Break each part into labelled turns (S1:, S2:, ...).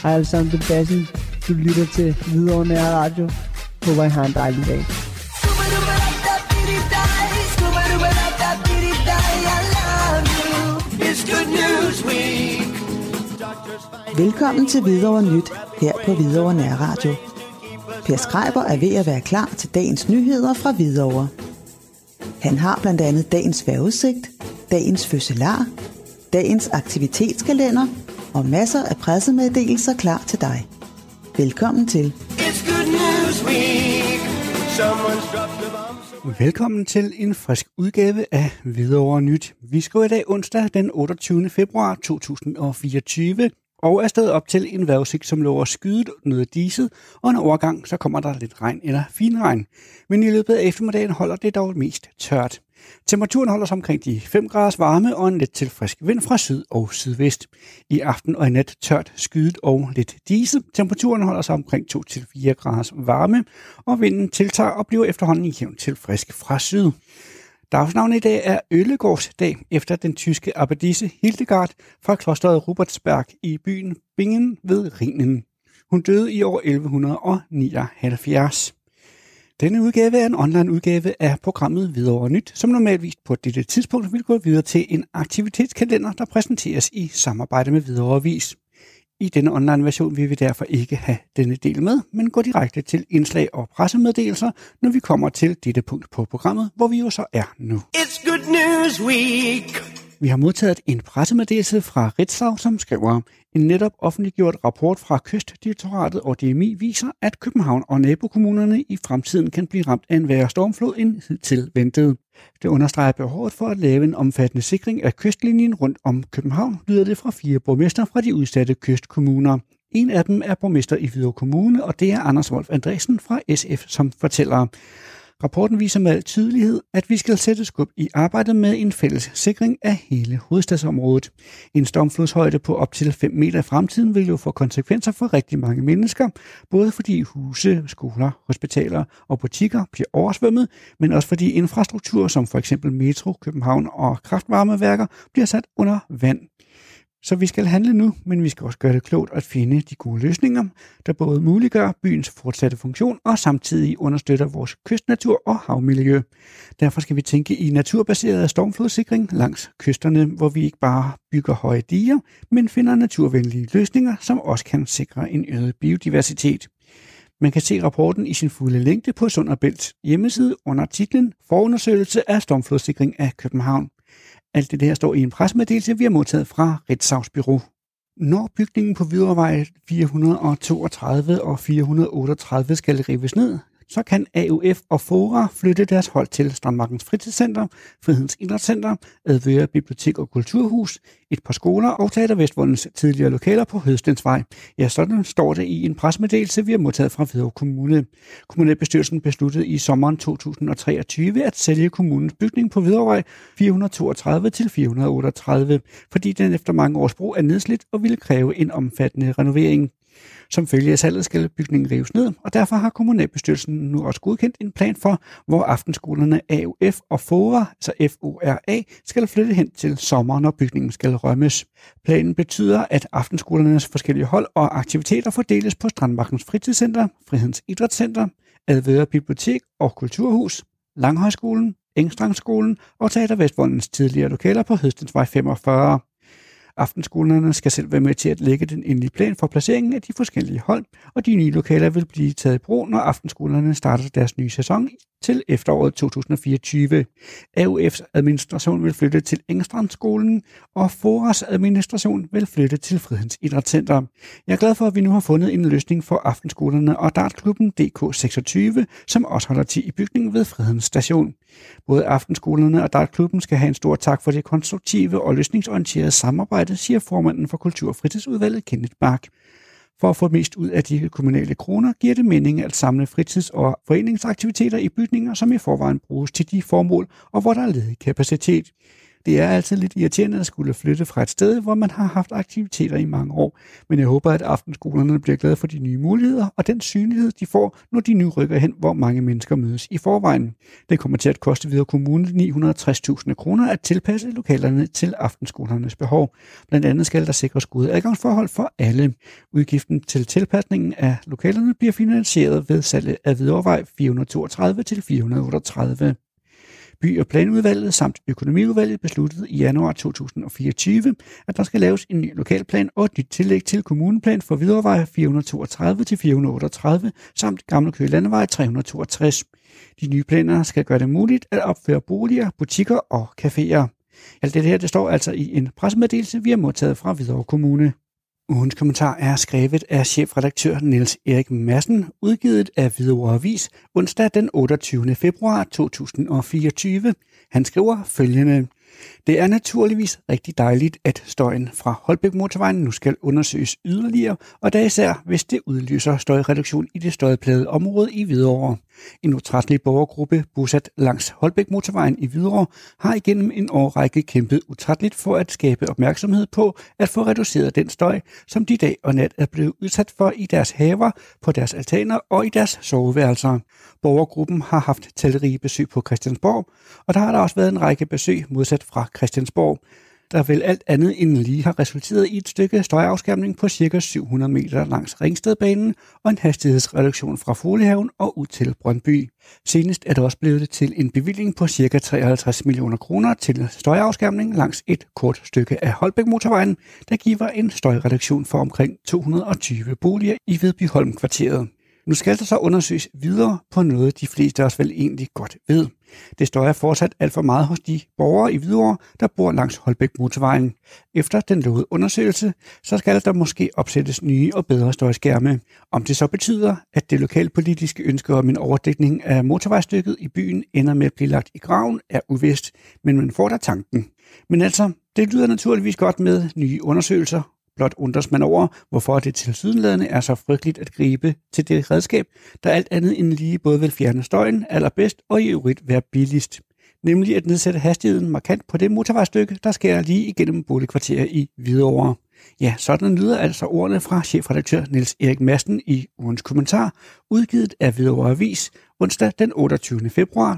S1: Hej alle sammen, det er Bassen. Du lytter til Hvidovre Nær Radio. Håber I har en dejlig dag.
S2: Velkommen til Hvidovre Nyt her på Hvidovre Nær Radio. Per Schreiber er ved at være klar til dagens nyheder fra Hvidovre. Han har blandt andet dagens vejrudsigt, dagens fødselar, dagens aktivitetskalender og masser af pressemeddelelser klar til dig. Velkommen til.
S3: Velkommen til en frisk udgave af Hvidovre Nyt. Vi skriver i dag onsdag den 28. februar 2024 og er stadig op til en vejrudsigt, som lover skydet, noget diset, og en overgang så kommer der lidt regn eller finregn. Men i løbet af eftermiddagen holder det dog mest tørt. Temperaturen holder sig omkring de 5 graders varme og en lidt til frisk vind fra syd og sydvest. I aften og i nat tørt, skydet og lidt diset. Temperaturen holder sig omkring 2-4 graders varme, og vinden tiltager og bliver efterhånden jævnt til frisk fra syd. Dagsnavnet i dag er Øllegårdsdag efter den tyske abbedisse Hildegard fra klosteret Rupertsberg i byen Bingen ved Rhinen. Hun døde i år 1179. Denne udgave er en online udgave af programmet Hvidovre Nyt, som normalt vist på dette tidspunkt vil gå videre til en aktivitetskalender, der præsenteres i samarbejde med Hvidovre Avis. I denne online version vil vi derfor ikke have denne del med, men gå direkte til indslag og pressemeddelelser, når vi kommer til dette punkt på programmet, hvor vi jo så er nu.
S4: It's Good News Week!
S3: Vi har modtaget en pressemeddelelse fra Ritzau, som skriver: en netop offentliggjort rapport fra Kystdirektoratet og DMI viser, at København og nabokommunerne i fremtiden kan blive ramt af en værre stormflod end hidtil ventet. Det understreger behovet for at lave en omfattende sikring af kystlinjen rundt om København, lyder det fra 4 borgmester fra de udsatte kystkommuner. En af dem er borgmester i Hvidovre Kommune, og det er Anders Wolf Andresen fra SF, som fortæller. Rapporten viser med al tydelighed, at vi skal sætte skub i arbejdet med en fælles sikring af hele hovedstadsområdet. En stormflodshøjde på op til 5 meter i fremtiden vil jo få konsekvenser for rigtig mange mennesker, både fordi huse, skoler, hospitaler og butikker bliver oversvømmet, men også fordi infrastruktur som for eksempel metro, København og kraftvarmeværker bliver sat under vand. Så vi skal handle nu, men vi skal også gøre det klogt at finde de gode løsninger, der både muliggør byens fortsatte funktion og samtidig understøtter vores kystnatur og havmiljø. Derfor skal vi tænke i naturbaseret stormflodssikring langs kysterne, hvor vi ikke bare bygger høje diger, men finder naturvenlige løsninger, som også kan sikre en øget biodiversitet. Man kan se rapporten i sin fulde længde på Sund & Bælts hjemmeside under titlen Forundersøgelse af stormflodssikring af København. Alt det her står i en pressemeddelelse, vi har modtaget fra Ritzaus bureau. Når bygningen på Hvidovrevej 432 og 438 skal rives ned, så kan AUF og FORA flytte deres hold til Strandmarkens Fritidscenter, Frihedens Idrætscenter, Advøre Bibliotek og Kulturhus, et par skoler og Teater Vestvundens tidligere lokaler på Hødstensvej. Ja, sådan står det i en pressemeddelelse, vi har modtaget fra Hvidovre Kommune. Kommunalbestyrelsen besluttede i sommeren 2023 at sælge kommunens bygning på Hvidovrevej 432 til 438, fordi den efter mange års brug er nedslidt og ville kræve en omfattende renovering. Som følge af salget skal bygningen rives ned, og derfor har kommunalbestyrelsen nu også godkendt en plan for, hvor aftenskolerne AUF og FORA, altså FORA, skal flytte hen til sommer, når bygningen skal rømmes. Planen betyder, at aftenskolernes forskellige hold og aktiviteter fordeles på Strandmarkens Fritidscenter, Frihedens Idrætscenter, Advøre Bibliotek og Kulturhus, Langhøjskolen, Engstrandskolen og Teater Vestvundens tidligere lokaler på Hødstensvej 45. Aftenskolerne skal selv være med til at lægge den endelige plan for placeringen af de forskellige hold, og de nye lokaler vil blive taget i brug, når aftenskolerne starter deres nye sæson til efteråret 2024. AUF's administration vil flytte til Engstrandskolen, og FORAs administration vil flytte til Frihedens Idrætscenter. Jeg er glad for, at vi nu har fundet en løsning for aftenskolerne og dartklubben DK26, som også holder til i bygningen ved Frihedens Station. Både aftenskolerne og dartklubben skal have en stor tak for det konstruktive og løsningsorienterede samarbejde, siger formanden for Kultur- og Fritidsudvalget Kenneth Bak. For at få mest ud af de kommunale kroner, giver det mening at samle fritids- og foreningsaktiviteter i bygninger, som i forvejen bruges til de formål, og hvor der er ledig kapacitet. Det er altid lidt irriterende at skulle flytte fra et sted, hvor man har haft aktiviteter i mange år. Men jeg håber, at aftenskolerne bliver glade for de nye muligheder og den synlighed, de får, når de nu rykker hen, hvor mange mennesker mødes i forvejen. Det kommer til at koste Hvidovre Kommune 960.000 kroner at tilpasse lokalerne til aftenskolernes behov. Blandt andet skal der sikres gode adgangsforhold for alle. Udgiften til tilpasningen af lokalerne bliver finansieret ved salget af Hvidovrevej 432 til 438. By- og planudvalget samt økonomiudvalget besluttede i januar 2024, at der skal laves en ny lokalplan og et nyt tillæg til kommuneplan for Hvidovrevej 432 til 438 samt Gamle Køge Landevej 362. De nye planer skal gøre det muligt at opføre boliger, butikker og caféer. Alt det her det står altså i en pressemeddelelse, vi har modtaget fra Hvidovre Kommune. Ugens kommentar er skrevet af chefredaktør Niels Erik Madsen, udgivet af Hvidovre Avis onsdag den 28. februar 2024. Han skriver følgende: Det er naturligvis rigtig dejligt, at støjen fra Holbæk Motorvejen nu skal undersøges yderligere, og da især hvis det udløser støjreduktion i det støjplagede område i Hvidovre. En utrættelig borgergruppe bosat langs Holbæk Motorvejen i Hvidovre har igennem en årrække kæmpet utrætteligt for at skabe opmærksomhed på at få reduceret den støj, som de dag og nat er blevet udsat for i deres haver, på deres altaner og i deres soveværelser. Borgergruppen har haft talrige besøg på Christiansborg, og der har der også været en række besøg modsat fra Christiansborg, der vel alt andet end lige har resulteret i et stykke støjafskærmning på ca. 700 meter langs Ringstedbanen og en hastighedsreduktion fra Folehaven og ud til Brøndby. Senest er der også blevet til en bevilling på ca. 53 millioner kroner til støjafskærmning langs et kort stykke af Holbæk Motorvejen, der giver en støjreduktion for omkring 220 boliger i Vedbyholm-kvarteret. Nu skal der så undersøges videre på noget, de fleste også vel egentlig godt ved. Det støjer fortsat alt for meget hos de borgere i Hvidovre, der bor langs Holbæk Motorvejen. Efter den lovede undersøgelse, så skal der måske opsættes nye og bedre støjskærme. Om det så betyder, at det lokalpolitiske ønske om en overdækning af motorvejstykket i byen ender med at blive lagt i graven, er uvist, men man får da tanken. Men altså, det lyder naturligvis godt med nye undersøgelser. Blot undres man over, hvorfor det tilsyneladende er så frygteligt at gribe til det redskab, der alt andet end lige både vil fjerne støjen allerbedst og i øvrigt være billigst. Nemlig at nedsætte hastigheden markant på det motorvejstykke, der skærer lige igennem boligkvarteret i Hvidovre. Ja, sådan lyder altså ordene fra chefredaktør Niels Erik Madsen i ugens kommentar, udgivet af Hvidovre Avis onsdag den 28. februar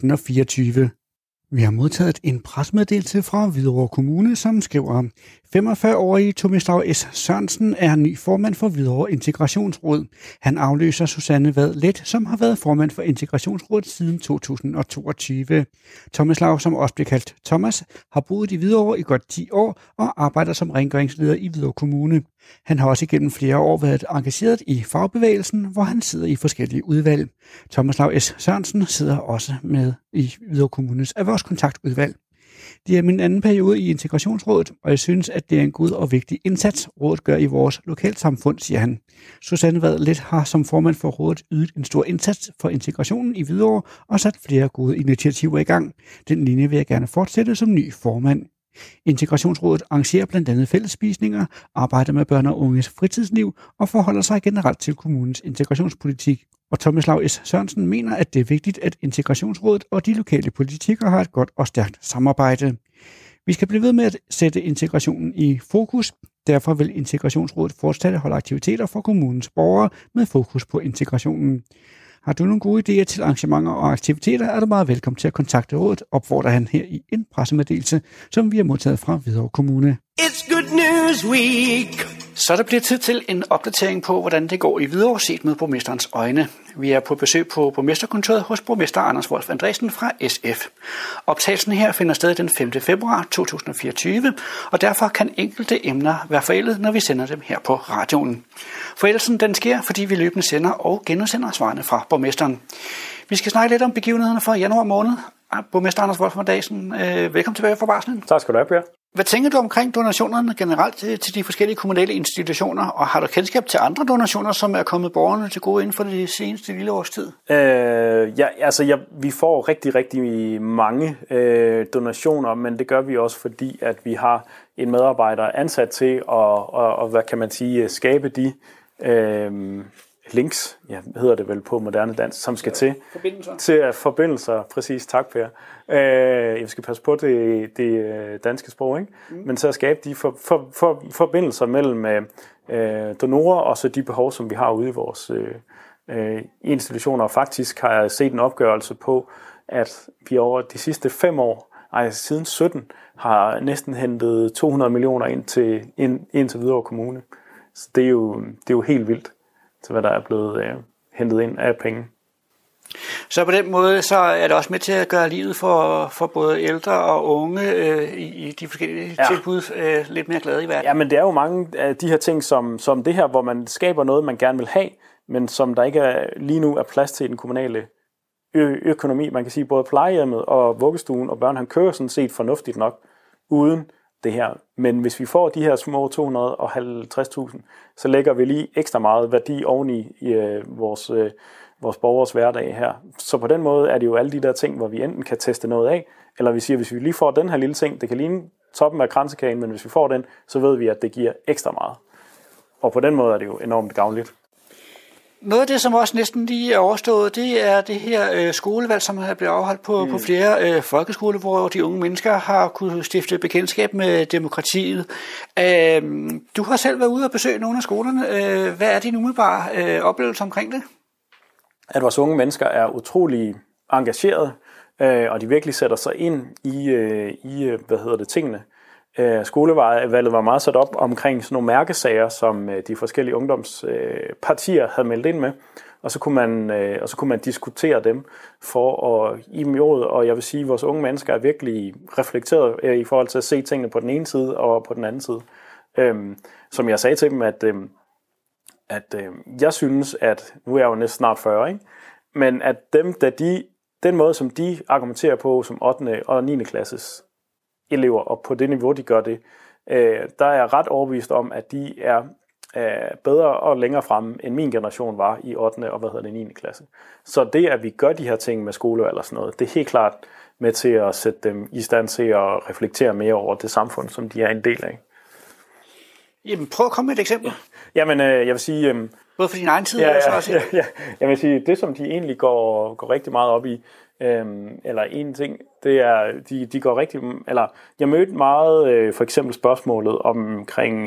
S3: 2024. Vi har modtaget en pressemeddelelse fra Hvidovre Kommune, som skriver: 45-årige Tomislav S. Sørensen er ny formand for Hvidovre Integrationsråd. Han afløser Susanne Vad Let, som har været formand for Integrationsrådet siden 2022. Tomislav, som også bliver kaldt Thomas, har boet i Hvidovre i godt 10 år og arbejder som rengøringsleder i Hvidovre Kommune. Han har også igennem flere år været engageret i fagbevægelsen, hvor han sidder i forskellige udvalg. Tomislav S. Sørensen sidder også med i Hvidovre Kommunes erhvervskontaktudvalg. Det er min anden periode i Integrationsrådet, og jeg synes, at det er en god og vigtig indsats, rådet gør i vores lokalsamfund, siger han. Susanne Vad Let har som formand for rådet ydet en stor indsats for integrationen i Hvidovre og sat flere gode initiativer i gang. Den linje vil jeg gerne fortsætte som ny formand. Integrationsrådet arrangerer blandt andet fællesspisninger, arbejder med børn og unges fritidsliv og forholder sig generelt til kommunens integrationspolitik. Og Tomislav S. Sørensen mener, at det er vigtigt, at Integrationsrådet og de lokale politikere har et godt og stærkt samarbejde. Vi skal blive ved med at sætte integrationen i fokus. Derfor vil Integrationsrådet fortsat holde aktiviteter for kommunens borgere med fokus på integrationen. Har du nogle gode idéer til arrangementer og aktiviteter, er du meget velkommen til at kontakte rådet, opfordrer han her i en pressemeddelelse, som vi har modtaget fra Hvidovre Kommune.
S4: It's Good News Week.
S3: Så der bliver tid til en opdatering på, hvordan det går i Hvidovre set med borgmesterens øjne. Vi er på besøg på borgmesterkontoret hos borgmester Anders Wolf Andresen fra SF. Optagelsen her finder sted den 5. februar 2024, og derfor kan enkelte emner være forældet, når vi sender dem her på radioen. Forældelsen den sker, fordi vi løbende sender og genudsender svarene fra borgmesteren. Vi skal snakke lidt om begivenhederne for januar måned. Borgmester Anders Wolf Andresen, velkommen tilbage fra barslen.
S5: Tak skal du have, Per.
S3: Hvad tænker du omkring donationerne generelt til de forskellige kommunale institutioner, og har du kendskab til andre donationer, som er kommet borgerne til gode inden for det seneste lille års tid?
S5: Vi får rigtig, rigtig mange donationer, men det gør vi også, fordi at vi har en medarbejder ansat til at hvad kan man sige, skabe de links, hedder det vel på moderne dansk, som skal til forbindelser, præcis, tak Per. Jeg skal passe på det danske sprog, ikke? Men så at skabe de forbindelser mellem donorer og så de behov, som vi har ude i vores institutioner. Og faktisk har jeg set en opgørelse på, at vi over de sidste 5 år, siden 17, har næsten hentet 200 millioner ind til Hvidovre Kommune. Så det er jo helt vildt, til hvad der er blevet hentet ind af penge.
S3: Så på den måde, så er det også med til at gøre livet for både ældre og unge i de forskellige tilbud lidt mere glade i verden.
S5: Ja, men det er jo mange af de her ting, som det her, hvor man skaber noget, man gerne vil have, men som der ikke lige nu er plads til i den kommunale økonomi. Man kan sige, både plejehjemmet og vuggestuen og børnehaven kører sådan set fornuftigt nok uden det her. Men hvis vi får de her små 250.000, så lægger vi lige ekstra meget værdi oveni i vores borgers hverdag her. Så på den måde er det jo alle de der ting, hvor vi enten kan teste noget af, eller vi siger, hvis vi lige får den her lille ting, det kan ligne toppen af kransekagen, men hvis vi får den, så ved vi, at det giver ekstra meget. Og på den måde er det jo enormt gavnligt.
S3: Noget af det, som også næsten lige er overstået, det er det her skolevalg, som er blevet afholdt på flere folkeskoler, hvor de unge mennesker har kunnet stifte bekendtskab med demokratiet. Du har selv været ude og besøge nogle af skolerne. Hvad er din umiddelbare oplevelse omkring det? At vores
S5: unge mennesker er utrolig engagerede, og de virkelig sætter sig ind i tingene. Skolevalget var meget sat op omkring sådan nogle mærkesager, som de forskellige ungdomspartier havde meldt ind med, og så kunne man diskutere dem for at imod, og jeg vil sige, at vores unge mennesker er virkelig reflekteret i forhold til at se tingene på den ene side og på den anden side. Som jeg sagde til dem, at jeg synes, at nu er jeg jo næsten snart 40, ikke? Men at den måde, som de argumenterer på som 8. og 9. klasses elever, og på det niveau, de gør det, der er jeg ret overbevist om, at de er bedre og længere fremme, end min generation var i 8. og 9. klasse. Så det, at vi gør de her ting med skole eller sådan noget, det er helt klart med til at sætte dem i stand til at reflektere mere over det samfund, som de er en del af.
S3: Jamen, prøv at komme med et eksempel.
S5: Jamen, jeg vil sige...
S3: Både for din egen tid,
S5: Ja. Jeg vil sige, det som de egentlig går rigtig meget op i, eller en ting, det er, de går rigtig... Eller, jeg mødte meget for eksempel spørgsmålet omkring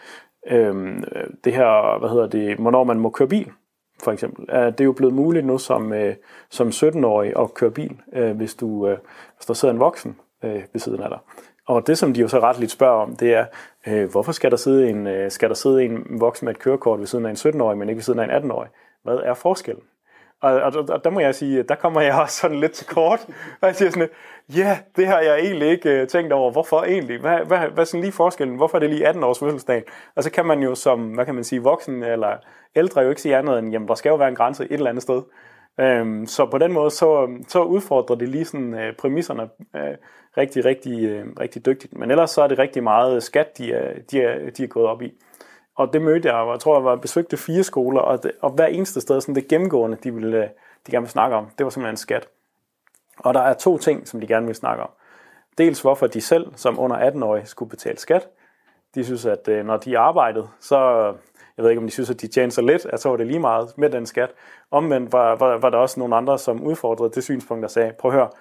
S5: det her, hvornår man må køre bil, for eksempel. Det er jo blevet muligt nu som 17-årig at køre bil, hvis der sidder en voksen ved siden af dig. Og det, som de jo så retligt spørger om, det er, hvorfor skal der sidde en voksen med et kørekort ved siden af en 17-årig, men ikke ved siden af en 18-årig? Hvad er forskellen? Og der må jeg sige, der kommer jeg også sådan lidt til kort, og jeg siger sådan, det har jeg egentlig ikke tænkt over. Hvorfor egentlig? Hvad er sådan lige forskellen? Hvorfor er det lige 18 års fødselsdag? Og så kan man jo som, voksen eller ældre jo ikke sige andet end, jamen der skal jo være en grænse et eller andet sted. Så på den måde, så udfordrer det lige sådan præmisserne rigtig dygtigt. Men ellers så er det rigtig meget skat, de er gået op i. Og det mødte jeg, og jeg tror, jeg besøgte 4 skoler, og hver eneste sted, sådan det gennemgående, de gerne vil snakke om, det var simpelthen skat. Og der er 2 ting, som de gerne vil snakke om. Dels hvorfor de selv, som under 18-årige, skulle betale skat. De synes, at når de arbejdede, så... Jeg ved ikke, om de synes, at de tjener så lidt, at så var det lige meget med den skat. Omvendt var der også nogle andre, som udfordrede det synspunkt, der sagde, prøv at høre,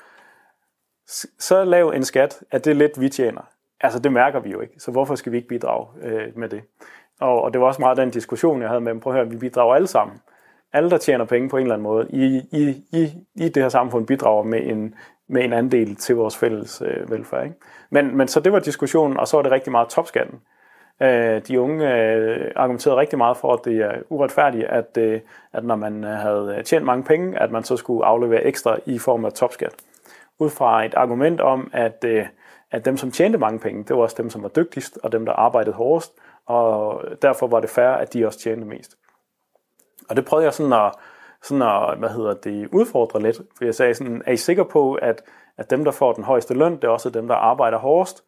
S5: så lav en skat, at det er lidt, vi tjener. Altså, det mærker vi jo ikke, så hvorfor skal vi ikke bidrage med det? Og det var også meget den diskussion, jeg havde med dem. Prøv at høre, vi bidrager alle sammen. Alle, der tjener penge på en eller anden måde i det her samfund, bidrager med en andel til vores fælles velfærd. Ikke? Men så det var diskussionen, og så var det rigtig meget topskatten. De unge argumenterede rigtig meget for, at det er uretfærdigt, at når man havde tjent mange penge, at man så skulle aflevere ekstra i form af topskat. Ud fra et argument om, at dem, som tjente mange penge, det var også dem, som var dygtigst, og dem, der arbejdede hårdest, og derfor var det fair, at de også tjente mest. Og det prøvede jeg sådan at udfordre lidt, for jeg sagde sådan, er I sikre på, at dem, der får den højeste løn, det er også dem, der arbejder hårdest?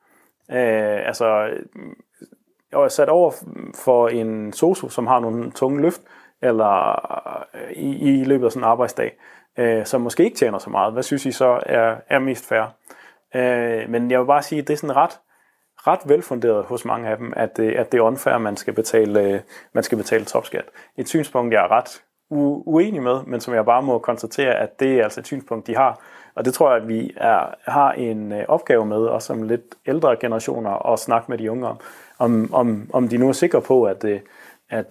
S5: Jeg er sat over for en sosu, som har nogle tunge løft, eller i løbet af sådan en arbejdsdag, som måske ikke tjener så meget. Hvad synes I så er mest fair? Men jeg vil bare sige, at det er sådan ret velfunderet hos mange af dem, at det er unfair, at man skal betale topskat. Et synspunkt, jeg er ret uenig med, men som jeg bare må konstatere, at det er altså et synspunkt, de har. Og det tror jeg, at vi har en opgave med, også som lidt ældre generationer, at snakke med de unge om de nu er sikre på, at det er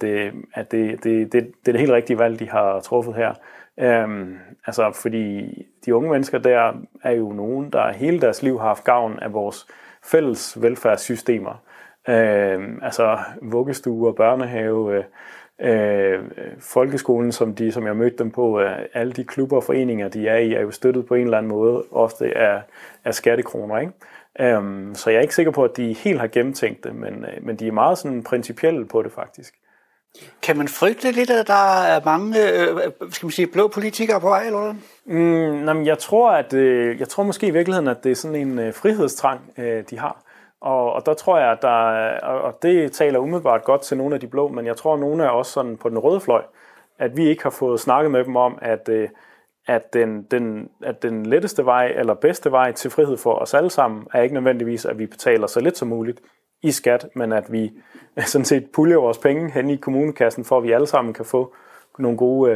S5: det helt rigtige valg, de har truffet her. Altså, fordi de unge mennesker der er jo nogen, der hele deres liv har haft gavn af vores fælles velfærdssystemer. Altså vuggestuer, børnehave, folkeskolen, som jeg mødte dem på, alle de klubber og foreninger, de er i, er jo støttet på en eller anden måde, ofte af skattekroner, ikke? Så jeg er ikke sikker på, at de helt har gennemtænkt det, men de er meget sådan principielle på det faktisk.
S6: Kan man frygte lidt, at der er mange blå politikere på vej, eller hvad?
S5: Jeg tror måske i virkeligheden, at det er sådan en frihedstrang, de har. Og der tror jeg, at og det taler umiddelbart godt til nogle af de blå, men jeg tror, at nogle af os sådan på den røde fløj, at vi ikke har fået snakket med dem om, at den letteste vej eller bedste vej til frihed for os alle sammen, er ikke nødvendigvis, at vi betaler så lidt som muligt i skat, men at vi sådan set puljer vores penge hen i kommunekassen, for at vi alle sammen kan få nogle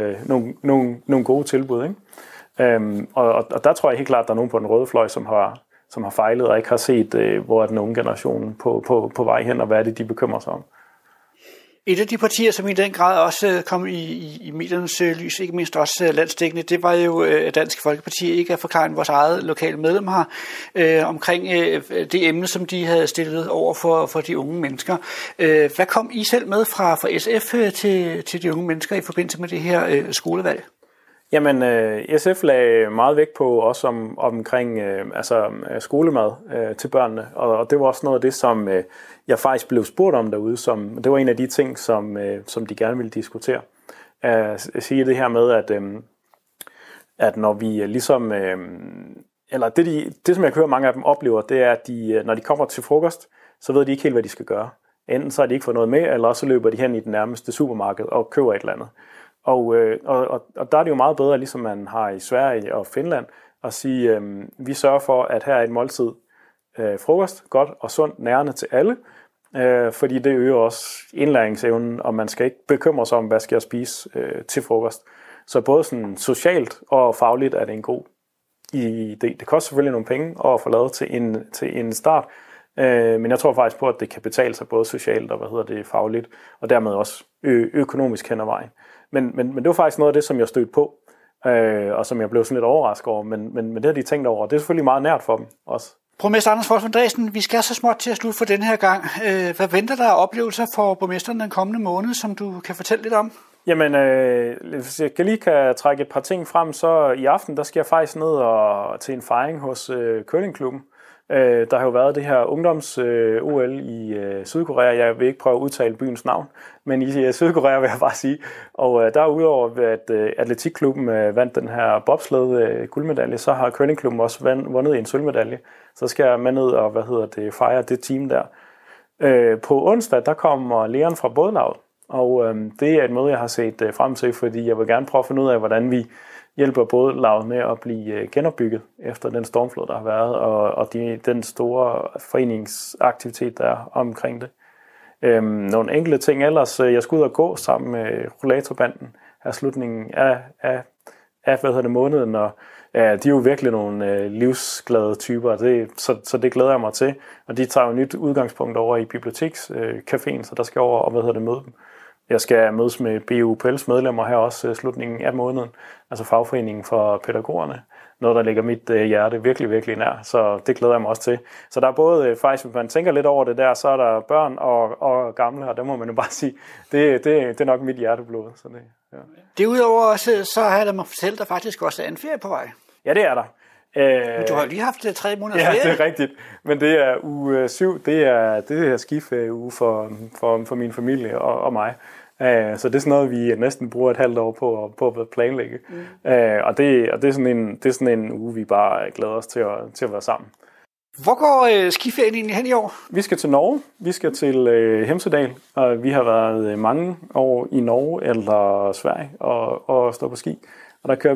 S5: gode tilbud, ikke? Og der tror jeg helt klart, at der er nogen på den røde fløj, som har fejlet og ikke har set, hvor er den unge generation på vej hen, og hvad er det, de bekymrer sig om.
S6: Et af de partier, som i den grad også kom i mediernes lys, ikke mindst også landsdækkende, det var jo Dansk Folkeparti, ikke at forklare vores eget lokale medlem her, omkring det emne, som de havde stillet over for de unge mennesker. Hvad kom I selv med fra SF til de unge mennesker i forbindelse med det her skolevalg?
S5: Jamen, SF lagde meget vægt på også omkring skolemad til børnene, og det var også noget af det, som jeg faktisk blev spurgt om derude, det var en af de ting, som de gerne ville diskutere. At sige det her med, at når vi ligesom, eller det som jeg hører mange af dem oplever, det er, at når de kommer til frokost, så ved de ikke helt, hvad de skal gøre. Enten så har de ikke fået noget med, eller så løber de hen i den nærmeste supermarked og køber et eller andet. Og der er det jo meget bedre, ligesom man har i Sverige og Finland, at sige, vi sørger for, at her er et måltid frokost, godt og sundt, nærende til alle, fordi det øger også indlæringsevnen, og man skal ikke bekymre sig om, hvad skal jeg spise til frokost. Så både sådan socialt og fagligt er det en god idé. Det koster selvfølgelig nogle penge at få lavet til en start, men jeg tror faktisk på, at det kan betale sig både socialt og fagligt, og dermed også økonomisk hen ad vejen. Men det var faktisk noget af det, som jeg stødte på, og som jeg blev sådan lidt overrasket over, men det har de tænkt over, og det er selvfølgelig meget nært for dem også.
S6: Borgmester Anders Folsom Andresen, vi skal så småt til at slutte for denne her gang. Hvad venter der af oplevelser for borgmesteren den kommende måned, som du kan fortælle lidt om?
S5: Jamen, hvis jeg lige kan trække et par ting frem, så i aften, der skal jeg faktisk ned til en fejring hos curlingklubben. Der har jo været det her ungdoms-OL i Sydkorea. Jeg vil ikke prøve at udtale byens navn, men i Sydkorea vil jeg bare sige. Og der udover at atletikklubben vandt den her bobsled guldmedalje, så har curlingklubben også vundet en sølvmedalje. Så skal jeg med ned og fejre det team der. På onsdag, der kommer Leon fra bådlaget, og det er et møde, jeg har set frem til, fordi jeg vil gerne prøve at finde ud af, hvordan vi hjælper bådlaget med at blive genopbygget efter den stormflod, der har været, og den store foreningsaktivitet, der er omkring det. Nogle enkelte ting ellers. Jeg skal ud og gå sammen med rollatorbanden her slutningen af måneden, og de er jo virkelig nogle livsglade typer, så det glæder jeg mig til. Og de tager jo nyt udgangspunkt over i bibliotekscaféen, så der skal over og møde dem. Jeg skal mødes med BUPL's medlemmer her også slutningen af måneden, altså fagforeningen for pædagogerne. Noget, der ligger mit hjerte virkelig, virkelig nær, så det glæder jeg mig også til. Så der er både, faktisk, hvis man tænker lidt over det der, så er der børn og gamle, og der må man jo bare sige, det er nok mit hjerteblod. Så det, ja.
S6: Derudover også, så har jeg da fortalt dig faktisk også en ferie på vej.
S5: Ja, det er der.
S6: Men du har jo lige haft 3 måneder ferie.
S5: Ja, det er rigtigt. Men det er uge 7, det er skiferieuge for min familie og mig. Så det er sådan noget, vi næsten bruger et halvt år på at planlægge. Og det er sådan en uge, vi bare glæder os til at være sammen.
S6: Hvor går skiferien egentlig hen i år?
S5: Vi skal til Norge. Vi skal til Hemsedal. Og vi har været mange år i Norge eller Sverige og stå på ski. Og der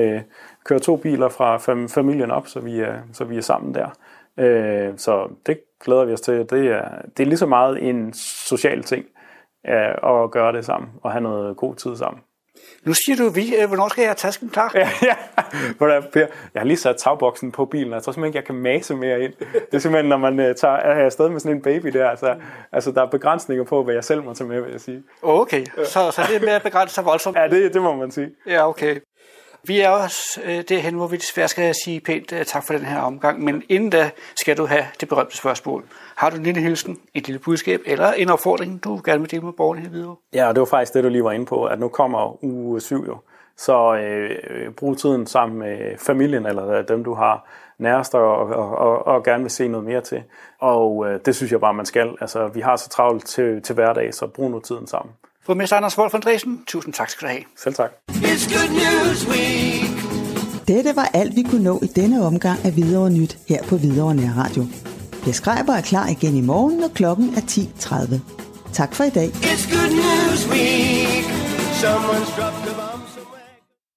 S5: kører 2 biler fra familien op, så vi er sammen der. Så glæder vi os til. Det er lige så meget en social ting at gøre det sammen og have noget god tid sammen.
S6: Nu siger du vi. Hvornår skal jeg have tasken klar?
S5: Ja. Jeg har lige sat tagboksen på bilen, og jeg tror simpelthen ikke, jeg kan mase mere ind. Det er simpelthen, når man tager afsted med sådan en baby der, altså der er begrænsninger på, hvad jeg selv må tage med, vil jeg sige.
S6: Okay, så det er mere begrænset voldsomt.
S5: Ja, det må man sige.
S6: Ja, okay. Vi er også derhen, hvor vi desværre skal sige pænt tak for den her omgang, men inden da skal du have det berømte spørgsmål. Har du en lille hilsen, et lille budskab eller en opfordring, du gerne vil dele med borgerne her videre?
S5: Ja, og det var faktisk det, du lige var inde på, at nu kommer uge 7 jo. Så brug tiden sammen med familien eller dem, du har nærmest og gerne vil se noget mere til. Og det synes jeg bare, man skal. Altså, vi har så travlt til hverdag, så brug nu tiden sammen.
S6: Borgmester Anders Wolf Andresen, tusind tak skal du have.
S5: Selv tak.
S4: It's Good News Week.
S2: Dette var alt, vi kunne nå i denne omgang af Hvidovre Nyt her på Hvidovre Nærradio. Per Schreiber er klar igen i morgen, når klokken er 10:30. Tak for i dag.
S4: It's Good News Week. Someone's dropped a bomb.